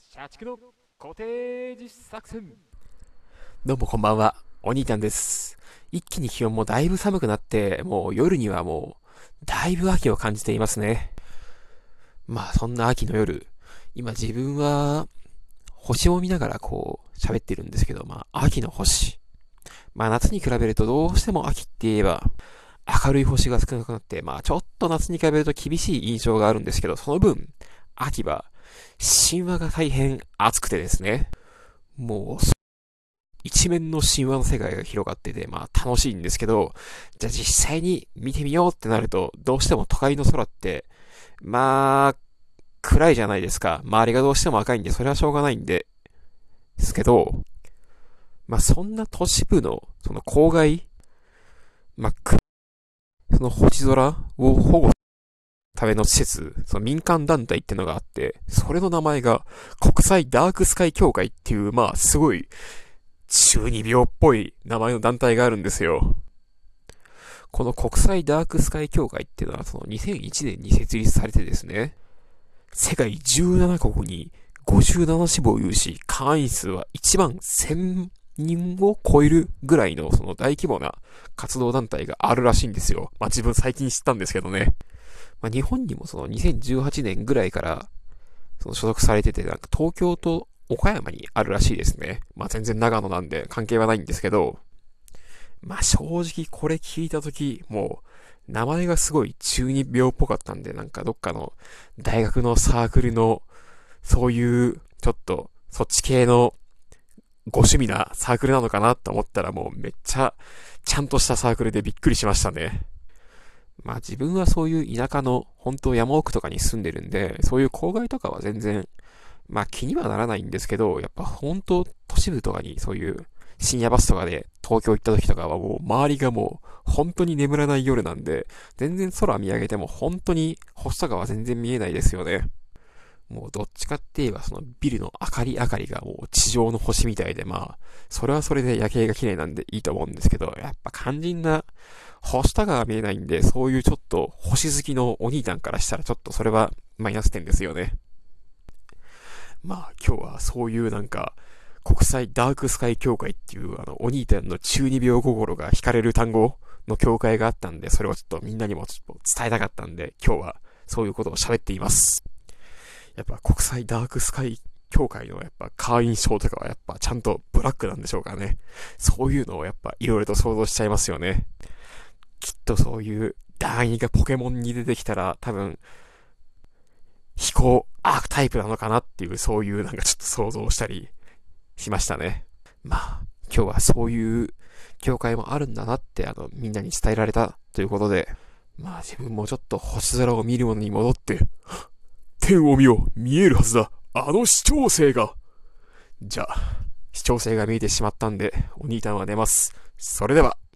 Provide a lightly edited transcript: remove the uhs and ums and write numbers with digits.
社畜のコテージ作戦。どうもこんばんは、お兄ちゃんです。一気に気温もだいぶ寒くなって、もう夜にはもう、だいぶ秋を感じていますね。まあそんな秋の夜、今自分は、星を見ながらこう、喋ってるんですけど、まあ秋の星。まあ夏に比べるとどうしても秋って言えば、明るい星が少なくなって、まあちょっと夏に比べると厳しい印象があるんですけど、その分、秋は、神話が大変熱くてですね。もう、一面の神話の世界が広がってて、まあ楽しいんですけど、じゃあ実際に見てみようってなると、どうしても都会の空って、まあ、暗いじゃないですか。周りがどうしても赤いんで、それはしょうがないんで、ですけど、まあそんな都市部の、その郊外、まあ、その星空を保護ための施設、その民間団体ってのがあって、それの名前が国際ダークスカイ協会っていう、まあすごい中二病っぽい名前の団体があるんですよ。この国際ダークスカイ協会っていうのはその2001年に設立されてですね、世界17カ国に57支部を有し、会員数は1万1000人を超えるぐらいのその大規模な活動団体があるらしいんですよ。まあ自分最近知ったんですけどね。まあ日本にもその2018年ぐらいからその所属されてて、なんか東京と岡山にあるらしいですね。まあ全然長野なんで関係はないんですけど、まあ正直これ聞いたとき、もう名前がすごい中二病っぽかったんで、なんかどっかの大学のサークルの、そういうちょっとそっち系のご趣味なサークルなのかなと思ったらもうめっちゃちゃんとしたサークルでびっくりしましたね。まあ自分はそういう田舎の本当山奥とかに住んでるんで、そういう郊外とかは全然まあ気にはならないんですけど、やっぱ本当都市部とかにそういう深夜バスとかで東京行った時とかはもう周りがもう本当に眠らない夜なんで、全然空見上げても本当に星とかは全然見えないですよね。もうどっちかって言えばそのビルの明かりがもう地上の星みたいで、まあ、それはそれで夜景が綺麗なんでいいと思うんですけど、やっぱ肝心な星とかが見えないんで、そういうちょっと星好きのお兄ちゃんからしたらちょっとそれはマイナス点ですよね。まあ今日はそういうなんか国際ダークスカイ協会っていうお兄ちゃんの中二病心が惹かれる単語の協会があったんで、それをちょっとみんなにもちょっと伝えたかったんで、今日はそういうことを喋っています。やっぱ国際ダークスカイ協会のやっぱ会員証とかはやっぱちゃんとブラックなんでしょうかね。そういうのをやっぱいろいろと想像しちゃいますよね。きっとそういう団員がポケモンに出てきたら多分飛行アークタイプなのかなっていうそういうなんかちょっと想像したりしましたね。まあ今日はそういう教会もあるんだなってみんなに伝えられたということで、まあ自分もちょっと星空を見るものに戻って天を見よ、見えるはずだ。あの視聴星が。じゃあ、視聴星が見えてしまったんで、お兄ちゃんは寝ます。それでは。